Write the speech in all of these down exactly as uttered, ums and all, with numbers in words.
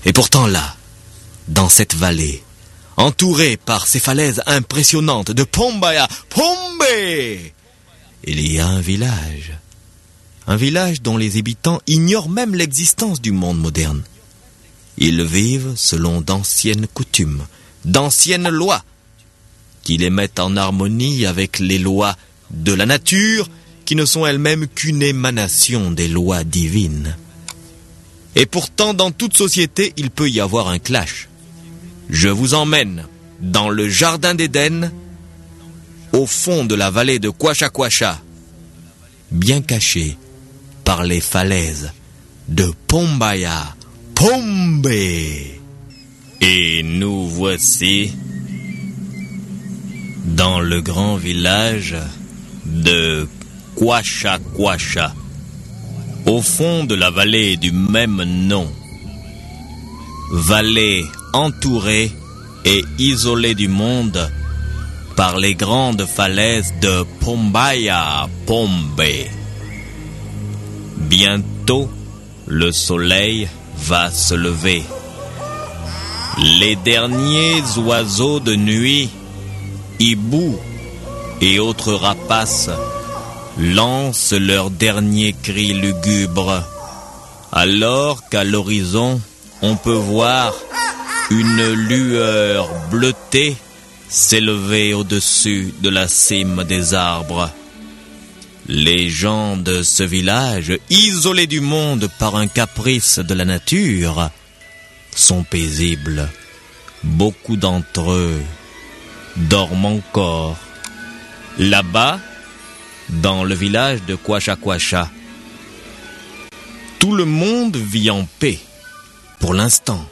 Et pourtant là, dans cette vallée, entourée par ces falaises impressionnantes de Pombaya Pombe, il y a un village. Un village dont les habitants ignorent même l'existence du monde moderne. Ils vivent selon d'anciennes coutumes, d'anciennes lois, qui les mettent en harmonie avec les lois de la nature, qui ne sont elles-mêmes qu'une émanation des lois divines. Et pourtant, dans toute société, il peut y avoir un clash. Je vous emmène dans le jardin d'Éden, au fond de la vallée de Kwasha-Kwasha, bien caché par les falaises de Pombaya Pombe. Et nous voici dans le grand village de Kwasha-Kwasha, au fond de la vallée du même nom. Vallée entourée et isolée du monde par les grandes falaises de Pombaya Pombe. Bientôt, le soleil va se lever. Les derniers oiseaux de nuit, hibous et autres rapaces, lancent leurs derniers cris lugubres, alors qu'à l'horizon, on peut voir une lueur bleutée s'élever au-dessus de la cime des arbres. Les gens de ce village, isolés du monde par un caprice de la nature, sont paisibles. Beaucoup d'entre eux dorment encore. Là-bas, dans le village de Kwasha-Kwasha, tout le monde vit en paix, pour l'instant.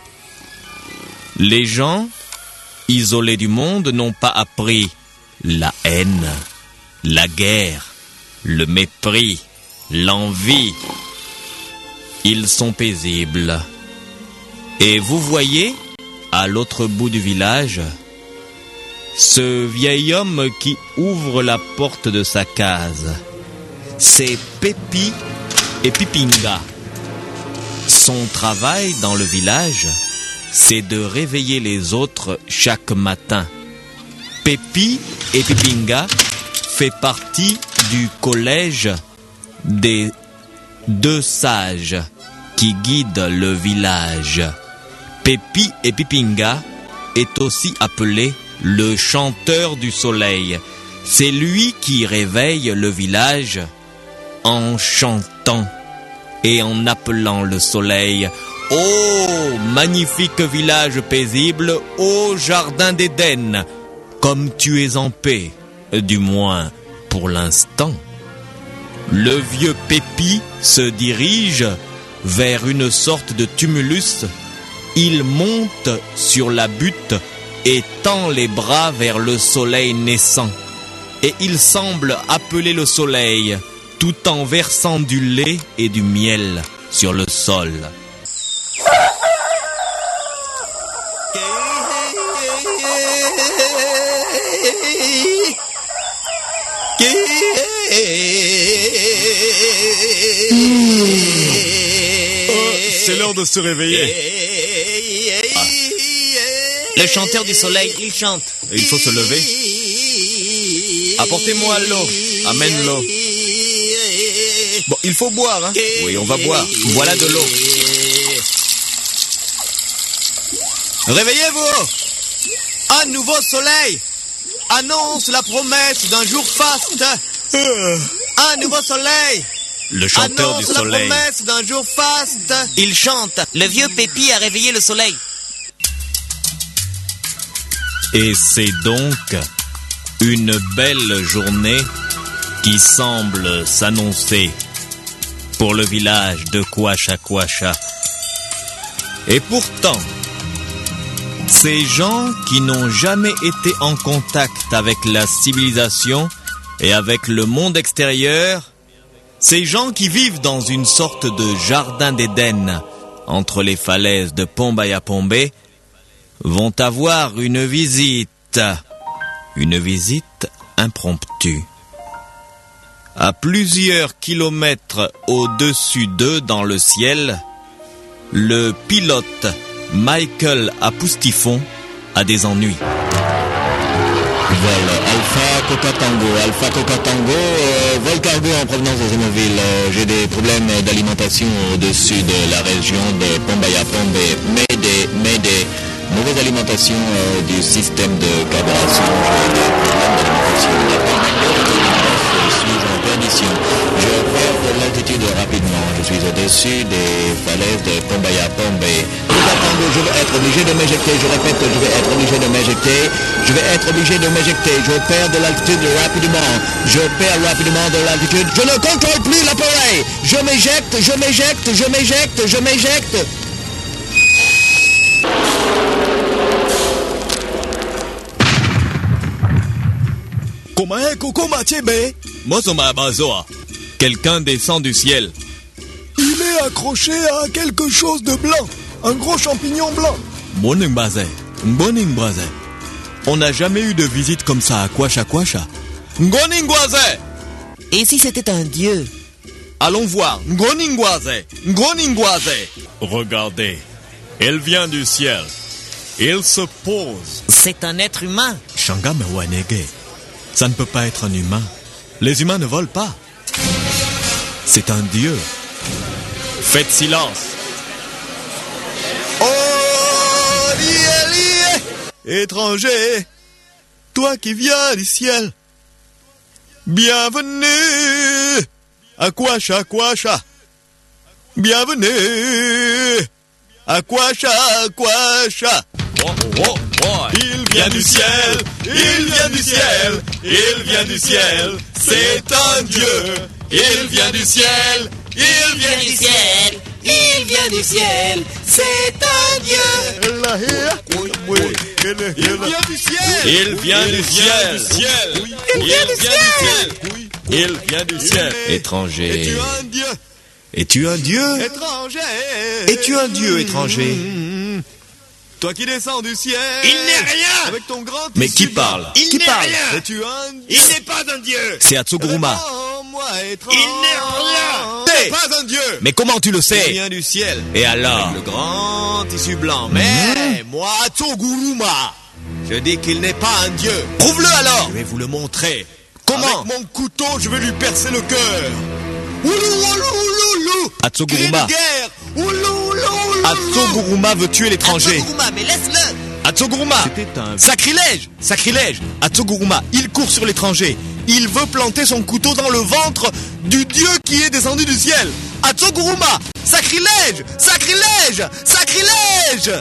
Les gens, isolés du monde, n'ont pas appris la haine, la guerre, le mépris, l'envie. Ils sont paisibles. Et vous voyez, à l'autre bout du village, ce vieil homme qui ouvre la porte de sa case. C'est Pépi et Pipinga. Son travail dans le village, c'est de réveiller les autres chaque matin. Pépi et Pipinga fait partie du collège des deux sages qui guident le village. Pépi et Pipinga est aussi appelé le chanteur du soleil. C'est lui qui réveille le village en chantant et en appelant le soleil. Oh, magnifique village paisible, ô jardin d'Éden, comme tu es en paix, du moins pour l'instant. Le vieux Pépi se dirige vers une sorte de tumulus. Il monte sur la butte et tend les bras vers le soleil naissant. Et il semble appeler le soleil, tout en versant du lait et du miel sur le sol. Oh, c'est l'heure de se réveiller. Ah. Le chanteur du soleil, il chante. Et il faut se lever. Apportez-moi l'eau. Amène l'eau. Bon, il faut boire, hein? Oui, on va boire. Voilà de l'eau. Réveillez-vous! Un nouveau soleil annonce la promesse d'un jour faste. Un nouveau soleil Le chanteur annonce du soleil. la promesse d'un jour faste. Il chante. Le vieux Pépi a réveillé le soleil. Et c'est donc une belle journée qui semble s'annoncer pour le village de Kwasha-Kwasha. Et pourtant, ces gens qui n'ont jamais été en contact avec la civilisation et avec le monde extérieur, ces gens qui vivent dans une sorte de jardin d'Éden entre les falaises de Pombaya Pombe, vont avoir une visite, une visite impromptue. À plusieurs kilomètres au-dessus d'eux dans le ciel, le pilote Michael Apoustifon a des ennuis. Vol Alpha Coca Tango, Alpha Coca Tango, euh, vol cargo en provenance de Zénoville. Euh, j'ai des problèmes d'alimentation au-dessus de la région de Pombaya Pombe, mais des, mais des mauvaises alimentations euh, du système de carburation. J'ai des problèmes d'alimentation. Je suis en perdition. Je perds de l'altitude rapidement. Je suis au-dessus des falaises de Pombaya Pombe. Coca Tango, je vais être obligé de m'éjecter. Je répète, je vais être obligé de m'éjecter. Je vais être obligé de m'éjecter. Je perds de l'altitude rapidement. Je perds rapidement de l'altitude. Je ne contrôle plus l'appareil. Je m'éjecte, je m'éjecte, je m'éjecte, je m'éjecte. Quelqu'un descend du ciel. Il est accroché à quelque chose de blanc. Un gros champignon blanc. On n'a jamais eu de visite comme ça à Kwasha Kwasha. Et si c'était un dieu? Allons voir. Regardez, elle vient du ciel. Il se pose. C'est un être humain. Shanga Mewanege. Ça ne peut pas être un humain. Les humains ne volent pas. C'est un dieu. Faites silence. Oh, lié, lié. Étranger, toi qui viens du ciel, bienvenue à Kwasha Kwasha. Bienvenue à Kwasha Kwasha. Oh, oh, oh. Il vient du ciel, il vient du ciel, il vient du ciel, c'est un dieu. Il vient du ciel, il vient du ciel, il vient du ciel, c'est un dieu. Il vient du ciel, Il vient du ciel. il vient du ciel, Il vient du ciel. Étranger. Es-tu un dieu? Es-tu un dieu? Étranger. Es-tu un dieu étranger? Toi qui descends du ciel. Il n'est rien. Avec ton grand Mais tissu qui parle? Il Qui n'est parle? rien. Es-tu un dieu? Il n'est pas un dieu. C'est Atsuguruma. Moi, Il n'est rien. T'es pas un dieu. Mais comment tu le Il sais? vient du ciel. Et alors? Avec le grand tissu blanc. Mais moi, Tsuguruma, je dis qu'il n'est pas un dieu. Prouve-le alors. Je vais vous le montrer. Comment? Avec mon couteau, je vais lui percer le cœur. Oulou, oulou, oulou, oulou. Atsuguruma. Cri de guerre. Oulou, oulou, oulou. Atsuguruma veut tuer l'étranger. Atsuguruma, mais laisse-le. Atsuguruma. C'était un... Sacrilège! Sacrilège! Atsuguruma, il court sur l'étranger. Il veut planter son couteau dans le ventre du dieu qui est descendu du ciel. Atsuguruma! Sacrilège! Sacrilège! Sacrilège!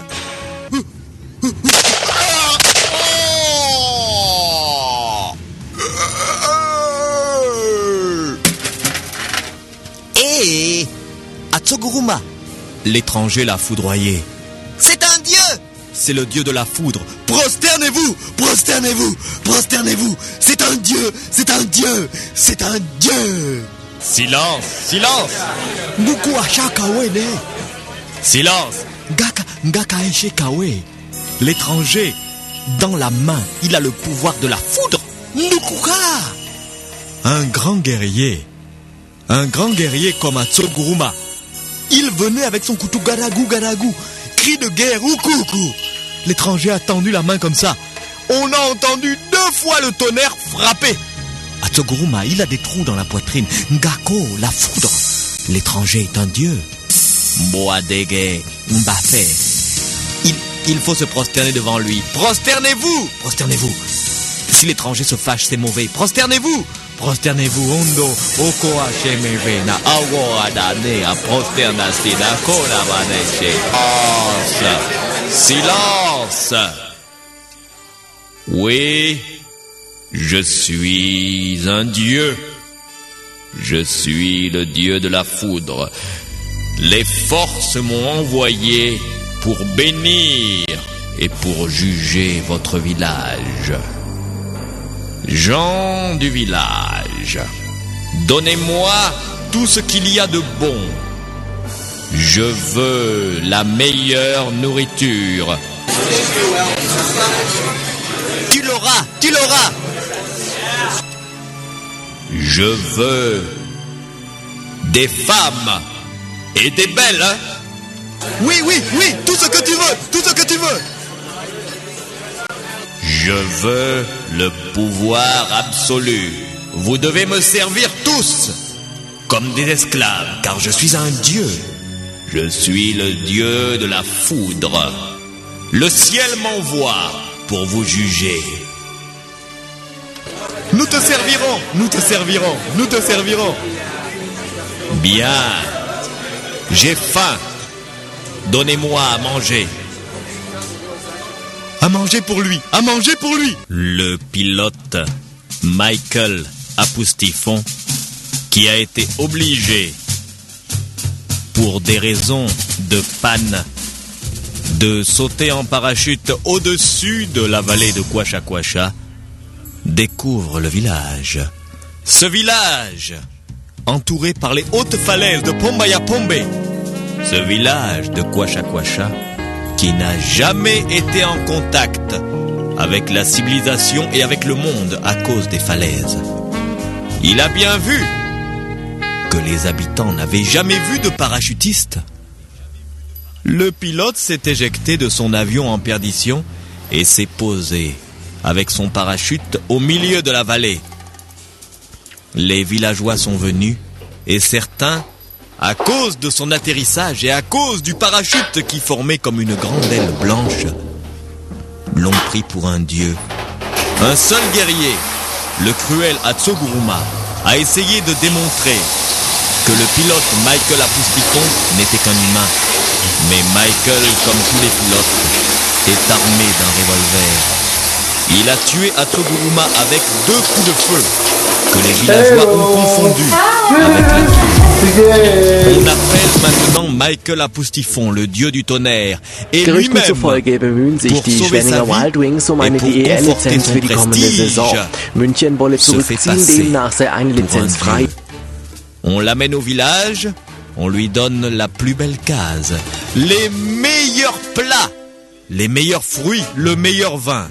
Et Atsuguruma! L'étranger l'a foudroyé. c'est un dieu. C'est le dieu de la foudre. Prosternez-vous, prosternez-vous, prosternez-vous. C'est un dieu, c'est un dieu, c'est un dieu. Silence! Silence! Nguku ashakawene. Silence! Ngaka, ngaka eshekawe. L'étranger, dans la main, il a le pouvoir de la foudre. Nukuka. Un grand guerrier. Un grand guerrier comme Atsuguruma. Il venait avec son couteau garagou garagou. Cri de guerre, oukoukou. L'étranger a tendu la main comme ça. On a entendu deux fois le tonnerre frapper. Atsuguruma, il a des trous dans la poitrine. Ngako, la foudre. L'étranger est un dieu. Boadege, Mbappé. Il, il faut se prosterner devant lui. Prosternez-vous! Prosternez-vous. Si l'étranger se fâche, c'est mauvais. Prosternez-vous! Prosternez-vous, Ondo, Oko Hashemevena, Awo Adane, a prosternasina, Kola Vaneshe. Silence! Oui, je suis un dieu. Je suis le dieu de la foudre. Les forces m'ont envoyé pour bénir et pour juger votre village. Gens du village, donnez-moi tout ce qu'il y a de bon. Je veux la meilleure nourriture. Tu l'auras, tu l'auras. Je veux des femmes et des belles. Oui, oui, oui, tout ce que tu veux, tout ce que tu veux. Je veux le pouvoir absolu. Vous devez me servir tous comme des esclaves, car je suis un dieu. Je suis le dieu de la foudre. Le ciel m'envoie pour vous juger. Nous te servirons, nous te servirons, nous te servirons. Bien. J'ai faim. Donnez-moi à manger. À manger pour lui, à manger pour lui. Le pilote Michael Apoustifon, qui a été obligé, pour des raisons de panne, de sauter en parachute au-dessus de la vallée de Kwasha-Kwasha, découvre le village. Ce village, entouré par les hautes falaises de Pombaya-Pombe. Ce village de Kwasha-Kwasha, qui n'a jamais été en contact avec la civilisation et avec le monde à cause des falaises. Il a bien vu que les habitants n'avaient jamais vu de parachutiste. Le pilote s'est éjecté de son avion en perdition et s'est posé avec son parachute au milieu de la vallée. Les villageois sont venus et certains, à cause de son atterrissage et à cause du parachute qui formait comme une grande aile blanche, l'ont pris pour un dieu. Un seul guerrier, le cruel Atsoguruma, a essayé de démontrer que le pilote Michael Apoustifon n'était qu'un humain. Mais Michael, comme tous les pilotes, est armé d'un revolver. Il a tué Atsoguruma avec deux coups de feu que les villageois ont confondus avec la foudre. On appelle maintenant Michael Apoustifon le dieu du tonnerre. Et Gerüchten lui-même, zufolge bemühen sich pour die sauver sa Schwenninger vie Wild Wings um et eine pour D E R-Lizenz conforter son für die kommende prestige, Saison. München wolle se fait zurückziehen, passer demnach sei eine pour un Lizenz frei. dieu. On l'amène au village, on lui donne la plus belle case, les meilleurs plats, les meilleurs fruits, le meilleur vin.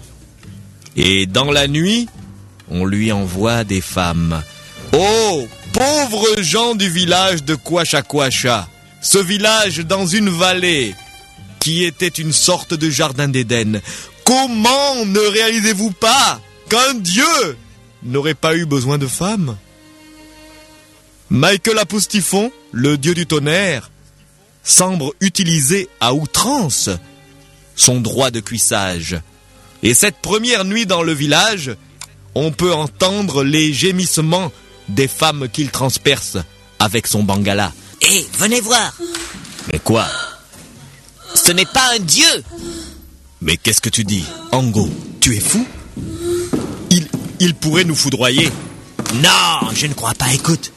Et dans la nuit, on lui envoie des femmes. Oh, pauvres gens du village de Kwasha-Kwasha, ce village dans une vallée qui était une sorte de jardin d'Éden. Comment ne réalisez-vous pas qu'un dieu n'aurait pas eu besoin de femmes? Michael Apoustifon, le dieu du tonnerre, semble utiliser à outrance son droit de cuissage. Et cette première nuit dans le village, on peut entendre les gémissements des femmes qu'il transperce avec son bangala. Hé, hey, venez voir. Mais quoi? Ce n'est pas un dieu. Mais qu'est-ce que tu dis? Ango, tu es fou? Il, il pourrait nous foudroyer. Non, je ne crois pas, écoute.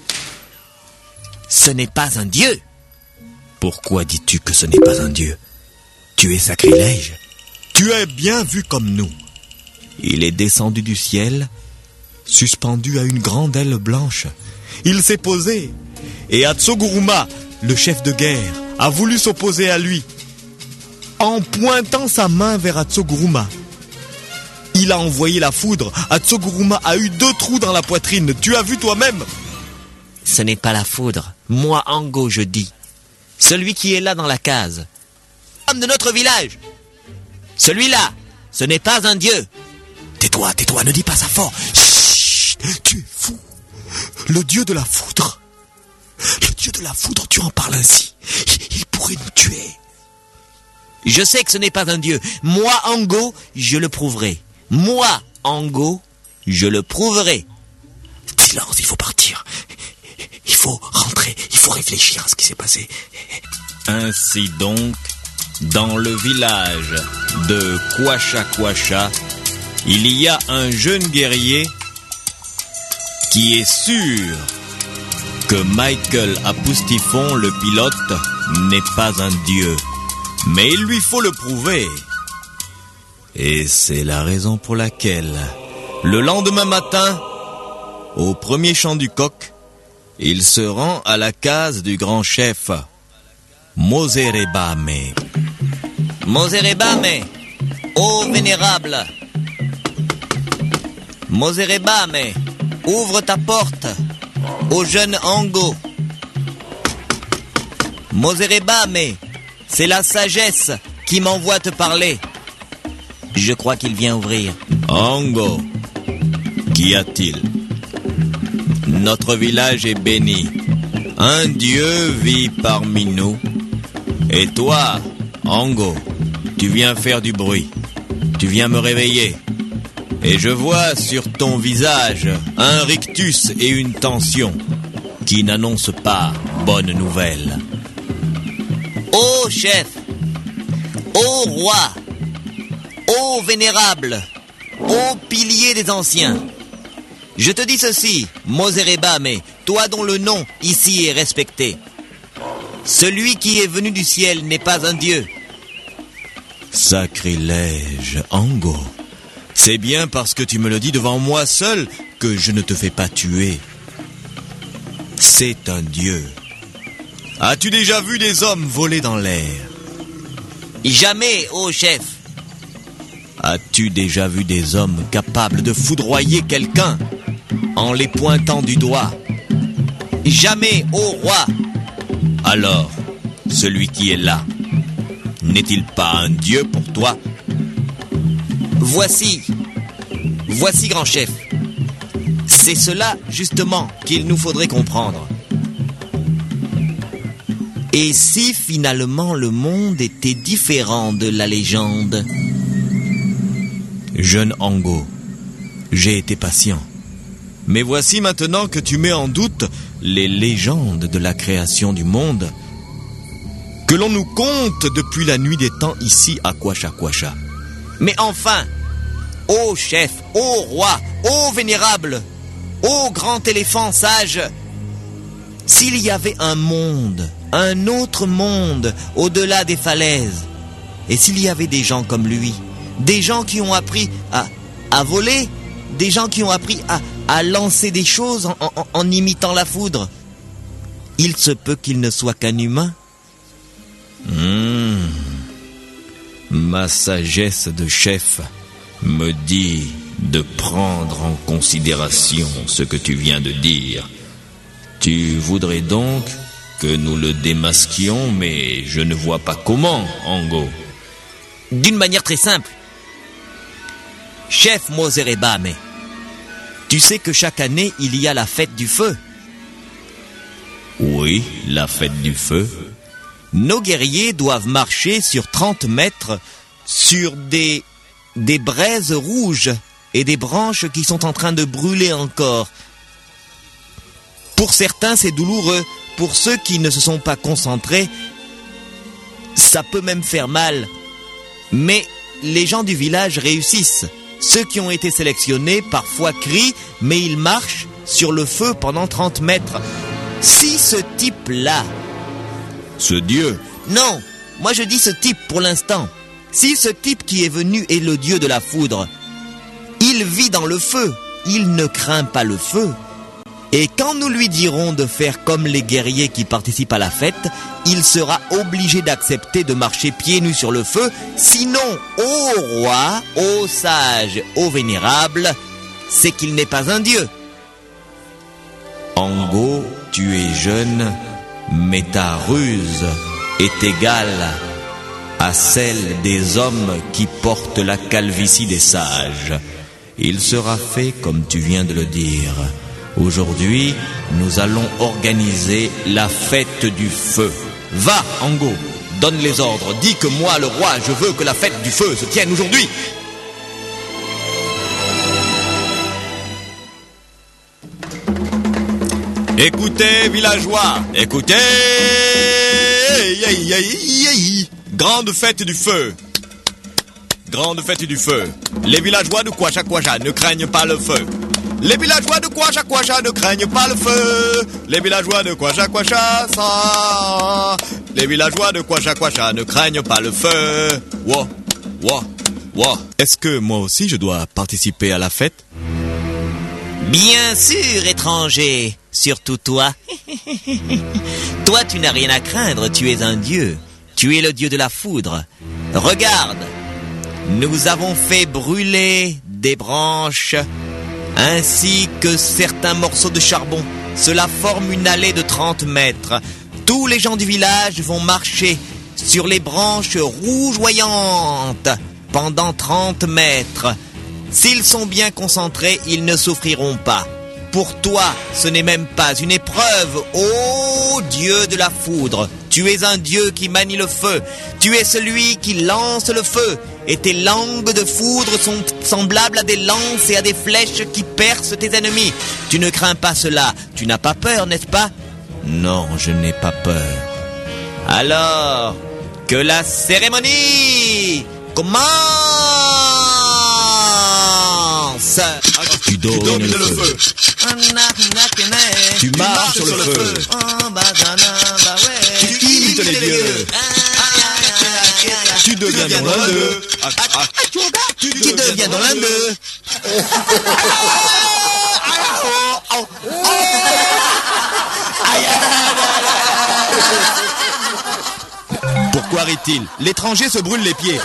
Ce n'est pas un dieu. Pourquoi dis-tu que ce n'est pas un dieu? Tu es sacrilège. Tu es bien vu comme nous. Il est descendu du ciel, suspendu à une grande aile blanche. Il s'est posé, et Atsoguruma, le chef de guerre, a voulu s'opposer à lui. En pointant sa main vers Atsoguruma, il a envoyé la foudre. Atsoguruma a eu deux trous dans la poitrine. Tu as vu toi-même? Ce n'est pas la foudre. Moi, Ango, je dis. Celui qui est là dans la case. Homme de notre village. Celui-là, ce n'est pas un dieu. Tais-toi, tais-toi, ne dis pas ça fort. Chut, tu es fou. Le dieu de la foudre. Le dieu de la foudre, tu en parles ainsi. Il, il pourrait nous tuer. Je sais que ce n'est pas un dieu. Moi, Ango, je le prouverai. Moi, Ango, je le prouverai. Silence, il faut partir. Il faut rentrer, il faut réfléchir à ce qui s'est passé. Ainsi donc, dans le village de Kwasha-Kwasha, il y a un jeune guerrier qui est sûr que Michael Apoustifon, le pilote, n'est pas un dieu. Mais il lui faut le prouver. Et c'est la raison pour laquelle, le lendemain matin, au premier chant du coq, il se rend à la case du grand chef, Moserebame. Moserebame, ô vénérable. Moserebame, ouvre ta porte au jeune Ango. Moserebame, c'est la sagesse qui m'envoie te parler. Je crois qu'il vient ouvrir. Ango, qu'y a-t-il? Notre village est béni. Un dieu vit parmi nous. Et toi, Ango, tu viens faire du bruit. Tu viens me réveiller. Et je vois sur ton visage un rictus et une tension qui n'annoncent pas bonne nouvelle. Ô chef, ô roi, ô vénérable, ô pilier des anciens, je te dis ceci, Moserebame, toi dont le nom ici est respecté. Celui qui est venu du ciel n'est pas un dieu. Sacrilège, Ango. C'est bien parce que tu me le dis devant moi seul que je ne te fais pas tuer. C'est un dieu. As-tu déjà vu des hommes voler dans l'air? Jamais, ô chef. As-tu déjà vu des hommes capables de foudroyer quelqu'un en les pointant du doigt? Jamais, ô roi. Alors, celui qui est là, n'est-il pas un dieu pour toi? Voici, voici grand chef. C'est cela, justement, qu'il nous faudrait comprendre. Et si finalement le monde était différent de la légende? Jeune Ango, j'ai été patient. Mais voici maintenant que tu mets en doute les légendes de la création du monde que l'on nous conte depuis la nuit des temps ici à Kwasha-Kwasha. Mais enfin, ô chef, ô roi, ô vénérable, ô grand éléphant sage, s'il y avait un monde, un autre monde au-delà des falaises, et s'il y avait des gens comme lui, des gens qui ont appris à, à voler, des gens qui ont appris à, à lancer des choses en, en, en imitant la foudre, il se peut qu'il ne soit qu'un humain. Mmh. Ma sagesse de chef me dit de prendre en considération ce que tu viens de dire. Tu voudrais donc que nous le démasquions, mais je ne vois pas comment, Ango. D'une manière très simple. Chef Moserebame, tu sais que chaque année, il y a la fête du feu. Oui, la fête du feu. Nos guerriers doivent marcher sur trente mètres sur des, des braises rouges et des branches qui sont en train de brûler encore. Pour certains, c'est douloureux. Pour ceux qui ne se sont pas concentrés, ça peut même faire mal. Mais les gens du village réussissent. Ceux qui ont été sélectionnés parfois crient, mais ils marchent sur le feu pendant trente mètres. Si ce type-là... Ce dieu? Non, moi je dis ce type pour l'instant. Si ce type qui est venu est le dieu de la foudre, il vit dans le feu, il ne craint pas le feu. Et quand nous lui dirons de faire comme les guerriers qui participent à la fête, il sera obligé d'accepter de marcher pieds nus sur le feu, sinon, ô roi, ô sage, ô vénérable, c'est qu'il n'est pas un dieu. Ango, tu es jeune, mais ta ruse est égale à celle des hommes qui portent la calvitie des sages. Il sera fait comme tu viens de le dire. Aujourd'hui, nous allons organiser la fête du feu. Va, Ango, donne les ordres. Dis que moi, le roi, je veux que la fête du feu se tienne aujourd'hui. Écoutez, villageois, écoutez. Aïe, aïe, aïe, aïe. Grande fête du feu. Grande fête du feu. Les villageois de Kwasha-Kwasha ne craignent pas le feu. Les villageois de Kwasha-Kwasha ne craignent pas le feu. Les villageois de Kwasha-Kwasha, ça. Les villageois de Kwasha-Kwasha ne craignent pas le feu. Wow, wow, wow. Est-ce que moi aussi je dois participer à la fête? Bien sûr, étranger, surtout toi. Toi, tu n'as rien à craindre, tu es un dieu. Tu es le dieu de la foudre. Regarde, nous avons fait brûler des branches ainsi que certains morceaux de charbon. Cela forme une allée de trente mètres. Tous les gens du village vont marcher sur les branches rougeoyantes pendant trente mètres. S'ils sont bien concentrés, ils ne souffriront pas. Pour toi, ce n'est même pas une épreuve, ô Dieu de la foudre. Tu es un Dieu qui manie le feu. Tu es celui qui lance le feu. Et tes langues de foudre sont semblables à des lances et à des flèches qui percent tes ennemis. Tu ne crains pas cela. Tu n'as pas peur, n'est-ce pas? Non, je n'ai pas peur. Alors, que la cérémonie commence. Tu donnes, Tu donnes le, le feu. feu. Tu marches sur le feu. Tu imites les dieux. Tu deviens dans l'un d'eux. Tu deviens dans l'un d'eux. Pourquoi rit-il? L'étranger se brûle les pieds.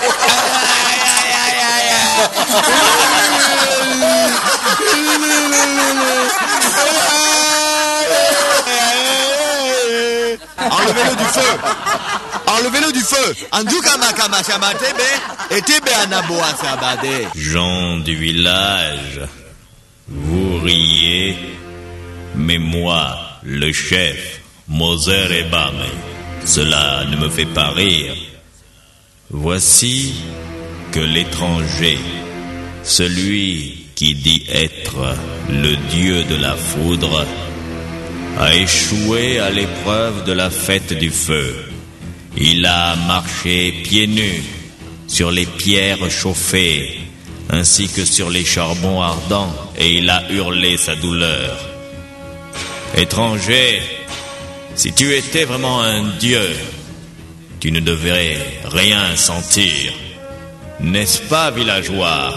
Enlevez-le du feu. Enlevez-le du feu. Anduka makama shama tebe et tebe anaboa sabade. Gens du village, vous riez, mais moi, le chef, Moser et Bame, cela ne me fait pas rire. Voici que l'étranger, celui qui dit être le dieu de la foudre, a échoué à l'épreuve de la fête du feu. Il a marché pieds nus sur les pierres chauffées, ainsi que sur les charbons ardents, et il a hurlé sa douleur. Étranger, si tu étais vraiment un dieu, tu ne devrais rien sentir. N'est-ce pas, villageois?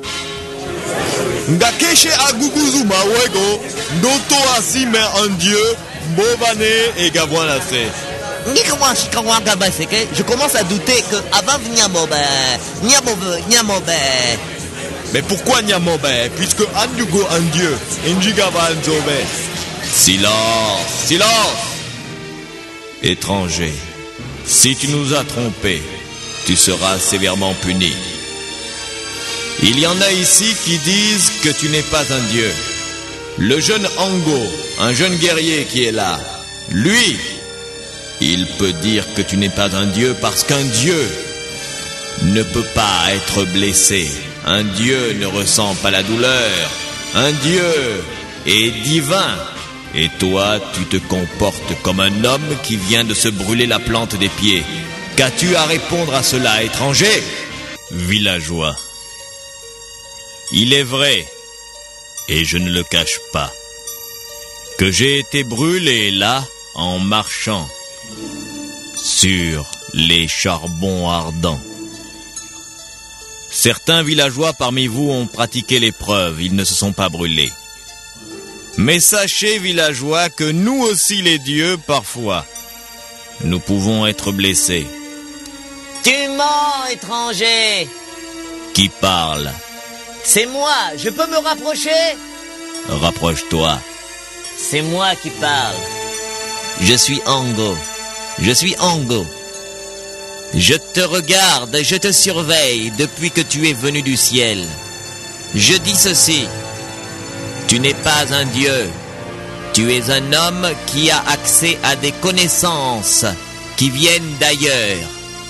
Ngakeshe aguguzu mawego, ndoto asime un dieu, mbovane et gavwanase. Je commence à douter que avant Nyamobe, Nyamobe, Nyamobe. Mais pourquoi Nyamobe? Puisque Andugo un dieu, Njigava Nzobe. Silence, silence! Étranger, si tu nous as trompés, tu seras sévèrement puni. Il y en a ici qui disent que tu n'es pas un dieu. Le jeune Ango, un jeune guerrier qui est là, lui, il peut dire que tu n'es pas un dieu parce qu'un dieu ne peut pas être blessé. Un dieu ne ressent pas la douleur. Un dieu est divin. Et toi, tu te comportes comme un homme qui vient de se brûler la plante des pieds. Qu'as-tu à répondre à cela, étranger? Villageois. Il est vrai, et je ne le cache pas, que j'ai été brûlé là en marchant sur les charbons ardents. Certains villageois parmi vous ont pratiqué l'épreuve, ils ne se sont pas brûlés. Mais sachez, villageois, que nous aussi les dieux, parfois, nous pouvons être blessés. Tu mens, étranger. Qui parle? C'est moi, je peux me rapprocher? Rapproche-toi. C'est moi qui parle. Je suis Ango. Je suis Ango. Je te regarde, je te surveille depuis que tu es venu du ciel. Je dis ceci. Tu n'es pas un dieu. Tu es un homme qui a accès à des connaissances qui viennent d'ailleurs.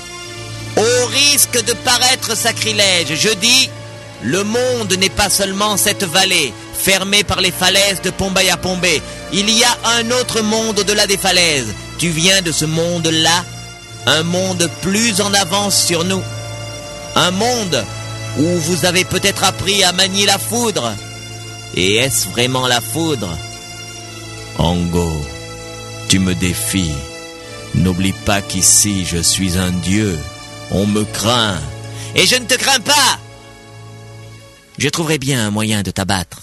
Au risque de paraître sacrilège, je dis, le monde n'est pas seulement cette vallée, fermée par les falaises de Pombaya Pombé. Il y a un autre monde au-delà des falaises. Tu viens de ce monde-là, un monde plus en avance sur nous. Un monde où vous avez peut-être appris à manier la foudre. Et est-ce vraiment la foudre? Ango, tu me défies. N'oublie pas qu'ici je suis un dieu. On me craint. Et je ne te crains pas. Je trouverai bien un moyen de t'abattre.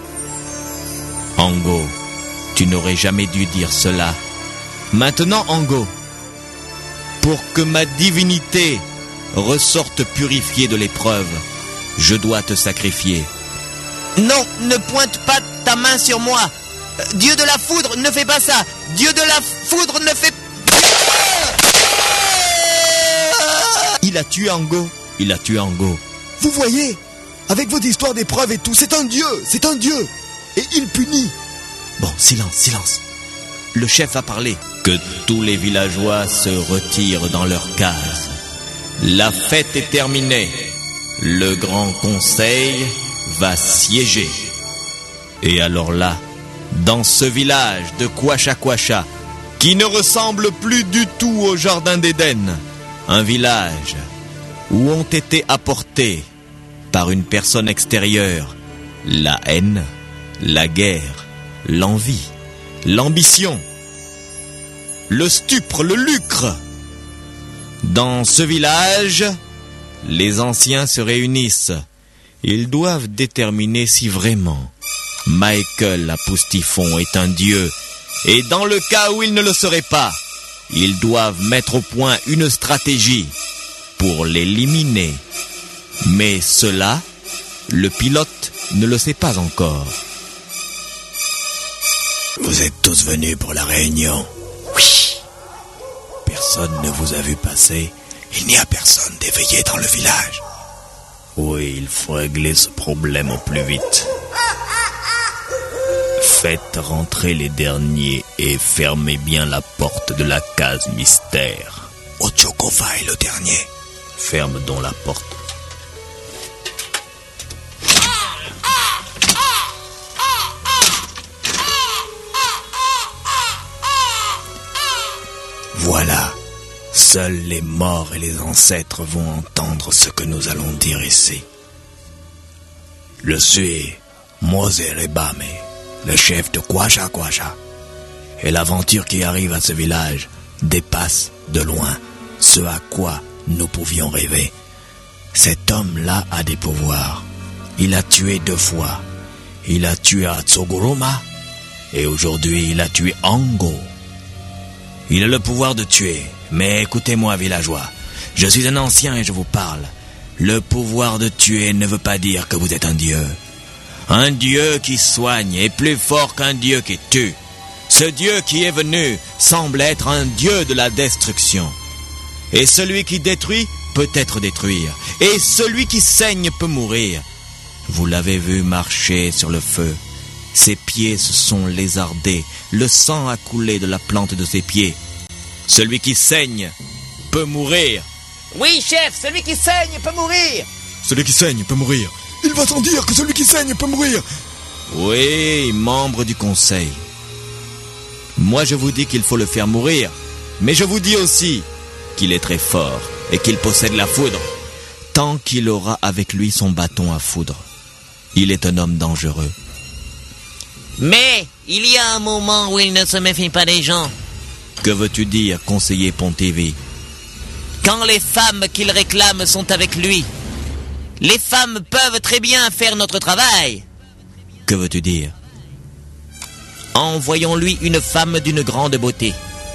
Ango, tu n'aurais jamais dû dire cela. Maintenant, Ango, pour que ma divinité ressorte purifiée de l'épreuve, je dois te sacrifier. Non, ne pointe pas ta main sur moi. Dieu de la foudre, ne fais pas ça. Dieu de la foudre, ne fais pas... il a tué Ango. Il a tué Ango. Vous voyez, avec votre histoire d'épreuve et tout, c'est un dieu, c'est un dieu. Et il punit. Bon, silence, silence. Le chef a parlé. Que tous les villageois se retirent dans leurs cases. La fête est terminée. Le grand conseil va siéger. Et alors là, dans ce village de Kwasha-Kwasha, qui ne ressemble plus du tout au jardin d'Éden, un village où ont été apportés par une personne extérieure la haine, la guerre, l'envie, l'ambition, le stupre, le lucre. Dans ce village, les anciens se réunissent. Ils doivent déterminer si vraiment Michael Apoustifon est un dieu. Et dans le cas où il ne le serait pas, ils doivent mettre au point une stratégie pour l'éliminer. Mais cela, le pilote ne le sait pas encore. Vous êtes tous venus pour la réunion? Oui. Personne ne vous a vu passer? Il n'y a personne d'éveillé dans le village? Oui, il faut régler ce problème au plus vite. Faites rentrer les derniers et fermez bien la porte de la case mystère. Ochokova est le dernier. Ferme donc la porte. Voilà. Seuls les morts et les ancêtres vont entendre ce que nous allons dire ici. Je suis Mose Rebame, le chef de Kwasha-Kwasha. Et l'aventure qui arrive à ce village dépasse de loin ce à quoi nous pouvions rêver. Cet homme-là a des pouvoirs. Il a tué deux fois. Il a tué Atsoguruma et aujourd'hui il a tué Ango. Il a le pouvoir de tuer, mais écoutez-moi villageois, je suis un ancien et je vous parle. Le pouvoir de tuer ne veut pas dire que vous êtes un dieu. Un dieu qui soigne est plus fort qu'un dieu qui tue. Ce dieu qui est venu semble être un dieu de la destruction. Et celui qui détruit peut être détruire. Et celui qui saigne peut mourir. Vous l'avez vu marcher sur le feu. Ses pieds se sont lézardés. Le sang a coulé de la plante de ses pieds. Celui qui saigne peut mourir. Oui, chef, celui qui saigne peut mourir. Celui qui saigne peut mourir. Il va sans dire que celui qui saigne peut mourir. Oui, membre du conseil. Moi, je vous dis qu'il faut le faire mourir. Mais je vous dis aussi qu'il est très fort et qu'il possède la foudre. Tant qu'il aura avec lui son bâton à foudre, il est un homme dangereux. Mais il y a un moment où il ne se méfie pas des gens. Que veux-tu dire, conseiller Pontévi? Quand les femmes qu'il réclame sont avec lui, les femmes peuvent très bien faire notre travail. Que veux-tu dire? Envoyons-lui une femme d'une grande beauté.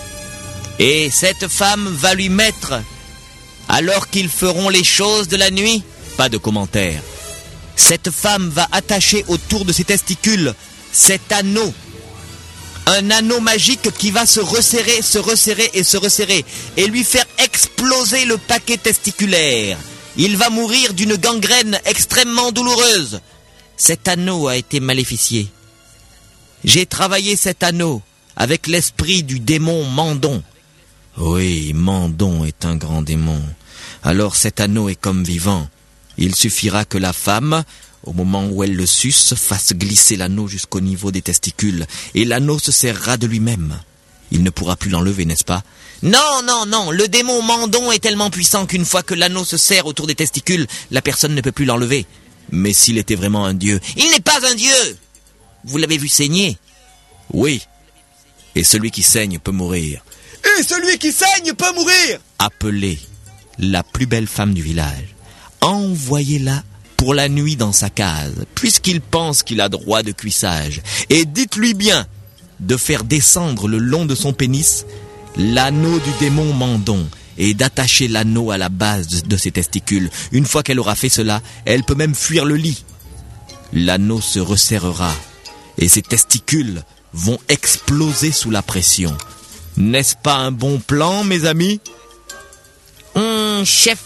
Et cette femme va lui mettre, alors qu'ils feront les choses de la nuit, pas de commentaires. Cette femme va attacher autour de ses testicules cet anneau. Un anneau magique qui va se resserrer, se resserrer et se resserrer et lui faire exploser le paquet testiculaire. Il va mourir d'une gangrène extrêmement douloureuse. Cet anneau a été maléficié. J'ai travaillé cet anneau avec l'esprit du démon Mandon. Oui, Mandon est un grand démon. Alors cet anneau est comme vivant. Il suffira que la femme, au moment où elle le suce, fasse glisser l'anneau jusqu'au niveau des testicules, et l'anneau se serrera de lui-même. Il ne pourra plus l'enlever, n'est-ce pas? Non, non, non, le démon Mandon est tellement puissant qu'une fois que l'anneau se serre autour des testicules, la personne ne peut plus l'enlever. Mais s'il était vraiment un dieu... Il n'est pas un dieu! Vous l'avez vu saigner? Oui. Et celui qui saigne peut mourir. Et celui qui saigne peut mourir! Appelez la plus belle femme du village. Envoyez-la pour la nuit dans sa case, puisqu'il pense qu'il a droit de cuissage. Et dites-lui bien de faire descendre le long de son pénis l'anneau du démon Mandon et d'attacher l'anneau à la base de, de ses testicules. Une fois qu'elle aura fait cela, elle peut même fuir le lit. L'anneau se resserrera et ses testicules vont exploser sous la pression. N'est-ce pas un bon plan, mes amis? Hum, chef,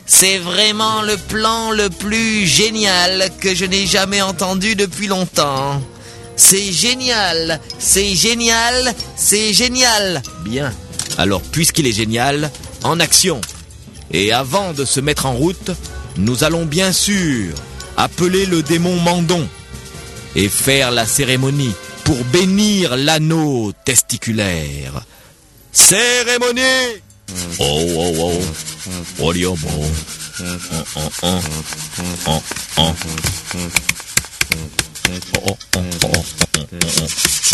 C'est vraiment le plan le plus génial que je n'ai jamais entendu depuis longtemps. C'est génial, c'est génial, c'est génial. Bien. Alors, puisqu'il est génial, en action. Et avant de se mettre en route, nous allons bien sûr appeler le démon Mandon et faire la cérémonie pour bénir l'anneau testiculaire. Cérémonie! Oh, oh, oh. Oh, oh, oh. Oh, oh, oh. Oh, oh. Oh, oh, oh, oh, oh.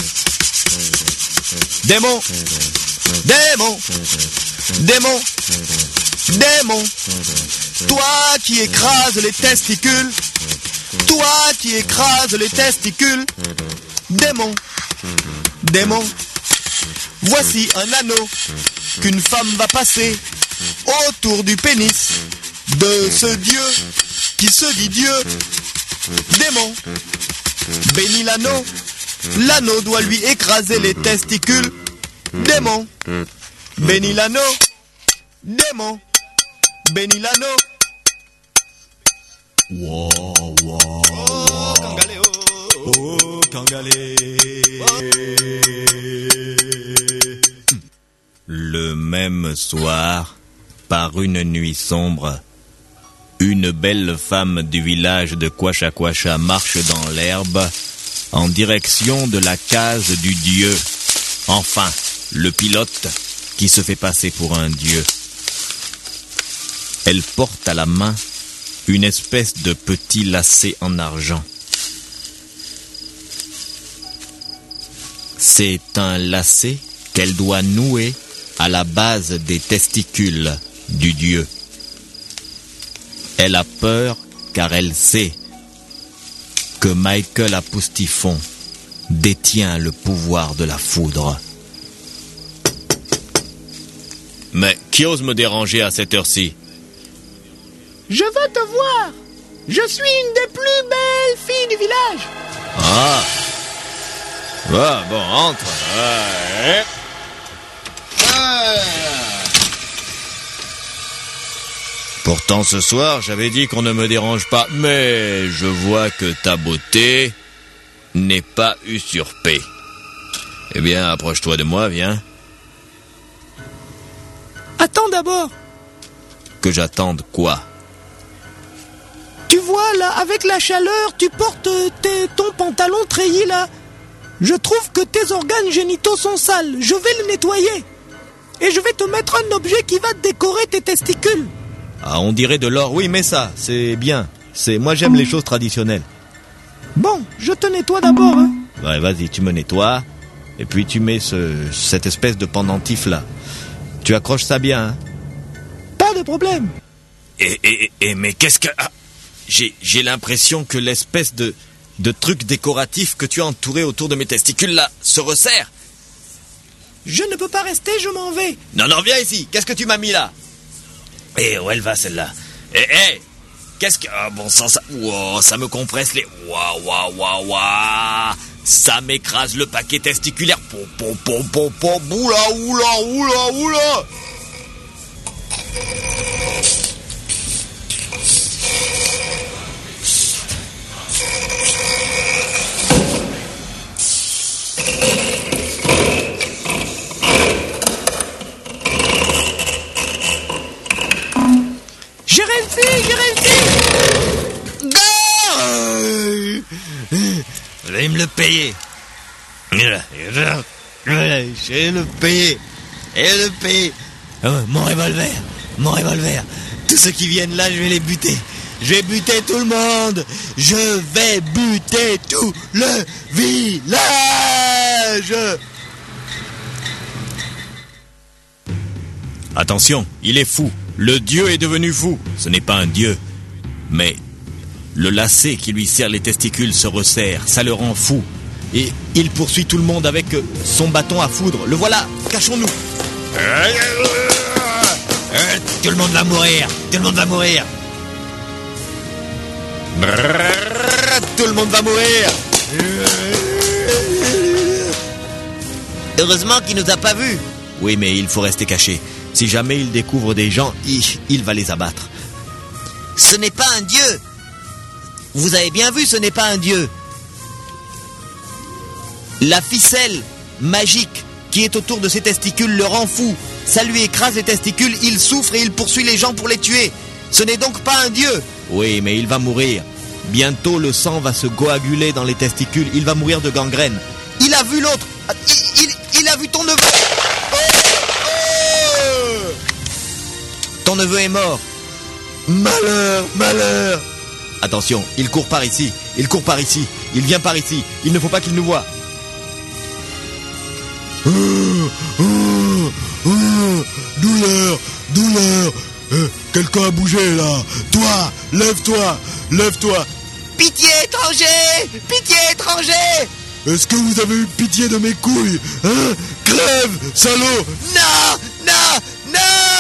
Démon! Démon! Démon! Démon! Toi qui écrases les testicules! Toi qui écrases les testicules! Démon! Démon! Voici un anneau qu'une femme va passer autour du pénis de ce Dieu qui se dit Dieu. Démon! Bénis l'anneau. L'anneau doit lui écraser les testicules. Démon! Bénis l'anneau. Démon! Bénis l'anneau. Wow, wow, Oh, Kangalé, oh, oh, Kangalé. Le même soir, par une nuit sombre, une belle femme du village de Kwasha-Kwasha marche dans l'herbe en direction de la case du dieu. Enfin, le pilote qui se fait passer pour un dieu. Elle porte à la main une espèce de petit lacet en argent. C'est un lacet qu'elle doit nouer à la base des testicules du dieu. Elle a peur car elle sait que Michael Apoustifon détient le pouvoir de la foudre. Mais qui ose me déranger à cette heure-ci? Je veux te voir. Je suis une des plus belles filles du village. Ah, ah bon, entre. Ouais. Pourtant ce soir, j'avais dit qu'on ne me dérange pas, mais je vois que ta beauté n'est pas usurpée. Eh bien, approche-toi de moi, viens. Attends d'abord. Que j'attende quoi? Tu vois là, avec la chaleur, tu portes tes, ton pantalon treillis là. Je trouve que tes organes génitaux sont sales. Je vais le nettoyer. Et je vais te mettre un objet qui va décorer tes testicules. Ah, on dirait de l'or. Oui, mais ça, c'est bien. C'est moi, j'aime les choses traditionnelles. Bon, je te nettoie d'abord. Hein. Ouais, vas-y, tu me nettoies. Et puis tu mets ce, cette espèce de pendentif là. Tu accroches ça bien. Hein. Pas de problème. Et, et, et mais qu'est-ce que... Ah, j'ai, j'ai l'impression que l'espèce de, de truc décoratif que tu as entouré autour de mes testicules là se resserre. Je ne peux pas rester, je m'en vais. Non, non, viens ici. Qu'est-ce que tu m'as mis là? Eh, où elle va celle-là? Eh, eh, qu'est-ce que... Ah bon sang, ça... Wow, ça me compresse les... Waouh, waouh, waouh, waouh. Ça m'écrase le paquet testiculaire. Pom, pom, pom, pom, pom, oula, oula, oula, oula. J'ai réussi, j'ai réussi. Vous allez me le payer. Je vais le payer. Et le payer. Oh, mon revolver. Mon revolver. Tous ceux qui viennent là, je vais les buter. Je vais buter tout le monde. Je vais buter tout le village. Attention, il est fou. Le dieu est devenu fou. Ce n'est pas un dieu. Mais le lacet qui lui serre les testicules se resserre. Ça le rend fou. Et il poursuit tout le monde avec son bâton à foudre. Le voilà. Cachons-nous. Tout le monde va mourir. Tout le monde va mourir. Tout le monde va mourir. Heureusement qu'il nous a pas vus. Oui, mais il faut rester caché. Si jamais il découvre des gens, il, il va les abattre. Ce n'est pas un dieu. Vous avez bien vu, ce n'est pas un dieu. La ficelle magique qui est autour de ses testicules le rend fou. Ça lui écrase les testicules, il souffre et il poursuit les gens pour les tuer. Ce n'est donc pas un dieu. Oui, mais il va mourir. Bientôt le sang va se coaguler dans les testicules, il va mourir de gangrène. Il a vu l'autre. Il, il, il a vu ton neveu. Oh, oh. Ton neveu est mort. Malheur, malheur. Attention, il court par ici, il court par ici, il vient par ici, il ne faut pas qu'il nous voie. Oh, oh, oh, douleur, douleur. Euh, quelqu'un a bougé là. Toi, lève-toi, lève-toi. Pitié étranger, pitié étranger. Est-ce que vous avez eu pitié de mes couilles? Hein? Crève, salaud. Non, non, non.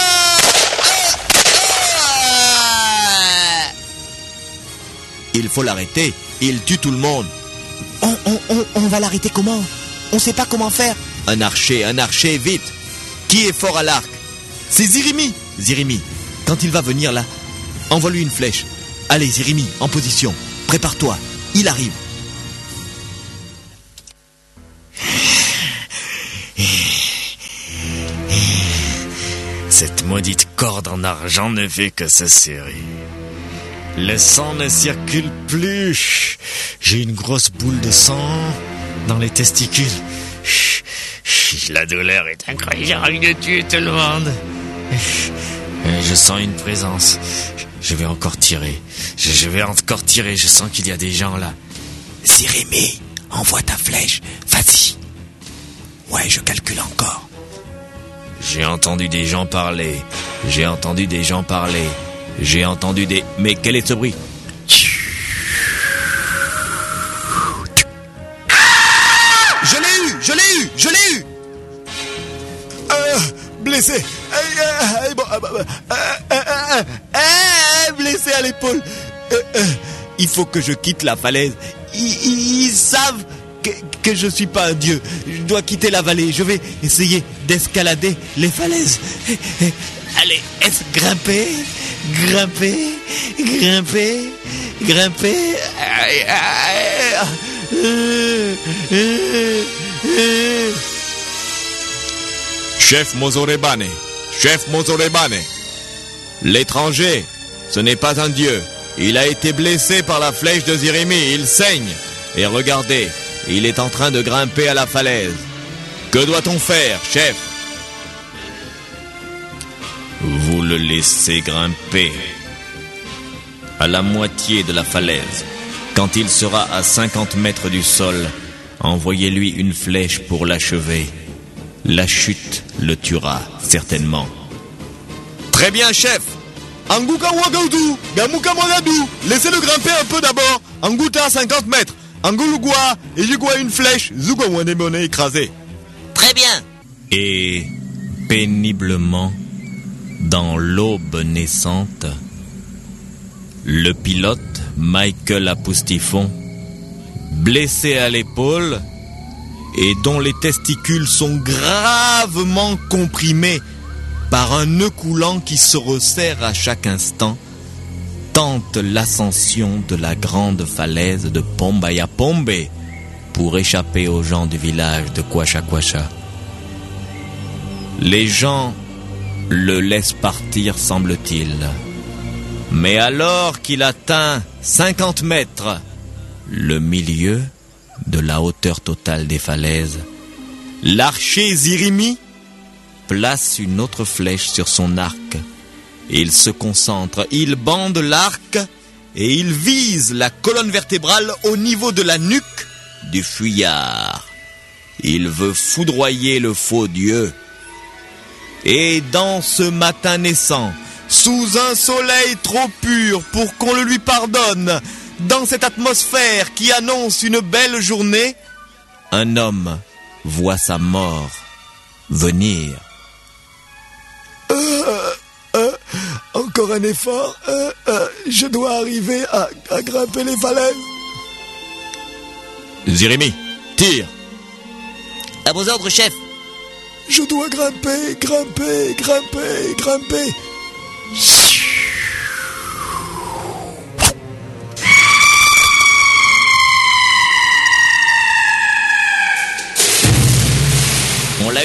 Il faut l'arrêter, il tue tout le monde. On, on, on, on va l'arrêter comment? On sait pas comment faire. Un archer, un archer, vite. Qui est fort à l'arc? C'est Zirimi. Zirimi, quand il va venir là, envoie-lui une flèche. Allez Zirimi, en position. Prépare-toi, il arrive. Cette maudite corde en argent ne fait que se serrer. Le sang ne circule plus. J'ai une grosse boule de sang dans les testicules. La douleur est incroyable. J'ai envie de tuer tout le monde. Je sens une présence. Je vais encore tirer. Je vais encore tirer. Je sens qu'il y a des gens là. Zirimi, envoie ta flèche. Vas-y. Ouais, je calcule encore. J'ai entendu des gens parler. J'ai entendu des gens parler. J'ai entendu des... Mais quel est ce bruit? Je l'ai eu, je l'ai eu, je l'ai eu. Euh, blessé. Euh, euh, bon, euh, euh, euh, euh, euh, blessé à l'épaule. Euh, euh, il faut que je quitte la falaise. Ils, ils, ils savent que, que je suis pas un dieu. Je dois quitter la vallée. Je vais essayer d'escalader les falaises. Allez, est-ce grimper, grimper, grimper, grimper. Chef Mozorebane, chef Mozorebane. L'étranger, ce n'est pas un dieu. Il a été blessé par la flèche de Zirimi, il saigne. Et regardez, il est en train de grimper à la falaise. Que doit-on faire, chef? Vous le laissez grimper à la moitié de la falaise. Quand il sera à cinquante mètres du sol, envoyez-lui une flèche pour l'achever. La chute le tuera, certainement. Très bien, chef. Anguka Wagaudu, Gamuka Mwagadu. Laissez-le grimper un peu d'abord. Anguta à cinquante mètres. Angulugua, et Yugua une flèche. Zuga Wanemone écrasé. Très bien. Et péniblement, dans l'aube naissante, le pilote, Michael Apoustifon, blessé à l'épaule et dont les testicules sont gravement comprimés par un nœud coulant qui se resserre à chaque instant, tente l'ascension de la grande falaise de Pombayapombe pour échapper aux gens du village de Kwashakwasha. Les gens le laissent partir, semble-t-il. Mais alors qu'il atteint cinquante mètres, le milieu de la hauteur totale des falaises, l'archer Zirimi place une autre flèche sur son arc. Il se concentre, il bande l'arc et il vise la colonne vertébrale au niveau de la nuque du fuyard. Il veut foudroyer le faux dieu. Et dans ce matin naissant, sous un soleil trop pur pour qu'on le lui pardonne, dans cette atmosphère qui annonce une belle journée, un homme voit sa mort venir. Euh, euh, encore un effort. Euh, euh, je dois arriver à, à grimper les falaises. Zirimi, tire. À vos ordres, chef. Je dois grimper, grimper, grimper, grimper.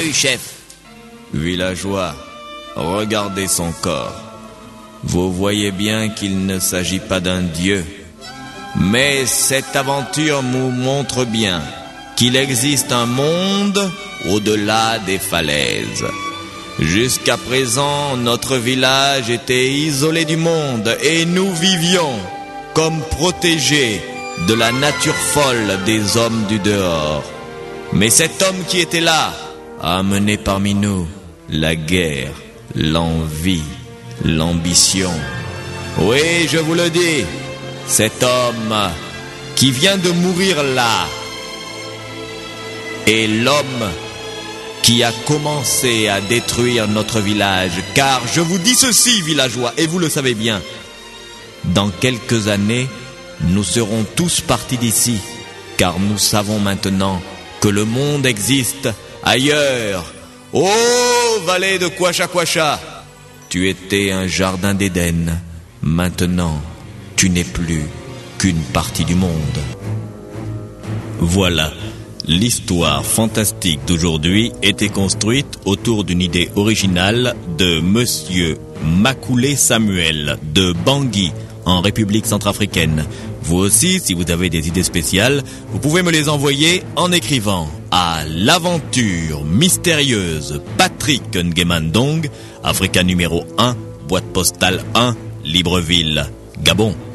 eu, chef? Villageois, regardez son corps. Vous voyez bien qu'il ne s'agit pas d'un dieu. Mais cette aventure nous montre bien qu'il existe un monde au-delà des falaises. Jusqu'à présent, notre village était isolé du monde et nous vivions comme protégés de la nature folle des hommes du dehors. Mais cet homme qui était là a amené parmi nous la guerre, l'envie, l'ambition. Oui, je vous le dis, cet homme qui vient de mourir là est l'homme qui a commencé à détruire notre village. Car je vous dis ceci, villageois, et vous le savez bien, dans quelques années, nous serons tous partis d'ici, car nous savons maintenant que le monde existe ailleurs. Oh, vallée de Kwasha-Kwasha, tu étais un jardin d'Éden. Maintenant, tu n'es plus qu'une partie du monde. Voilà. L'histoire fantastique d'aujourd'hui était construite autour d'une idée originale de Monsieur Makoulé Samuel de Bangui, en République centrafricaine. Vous aussi, si vous avez des idées spéciales, vous pouvez me les envoyer en écrivant à l'aventure mystérieuse Patrick Nguemandong, Africa numéro un, boîte postale un, Libreville, Gabon.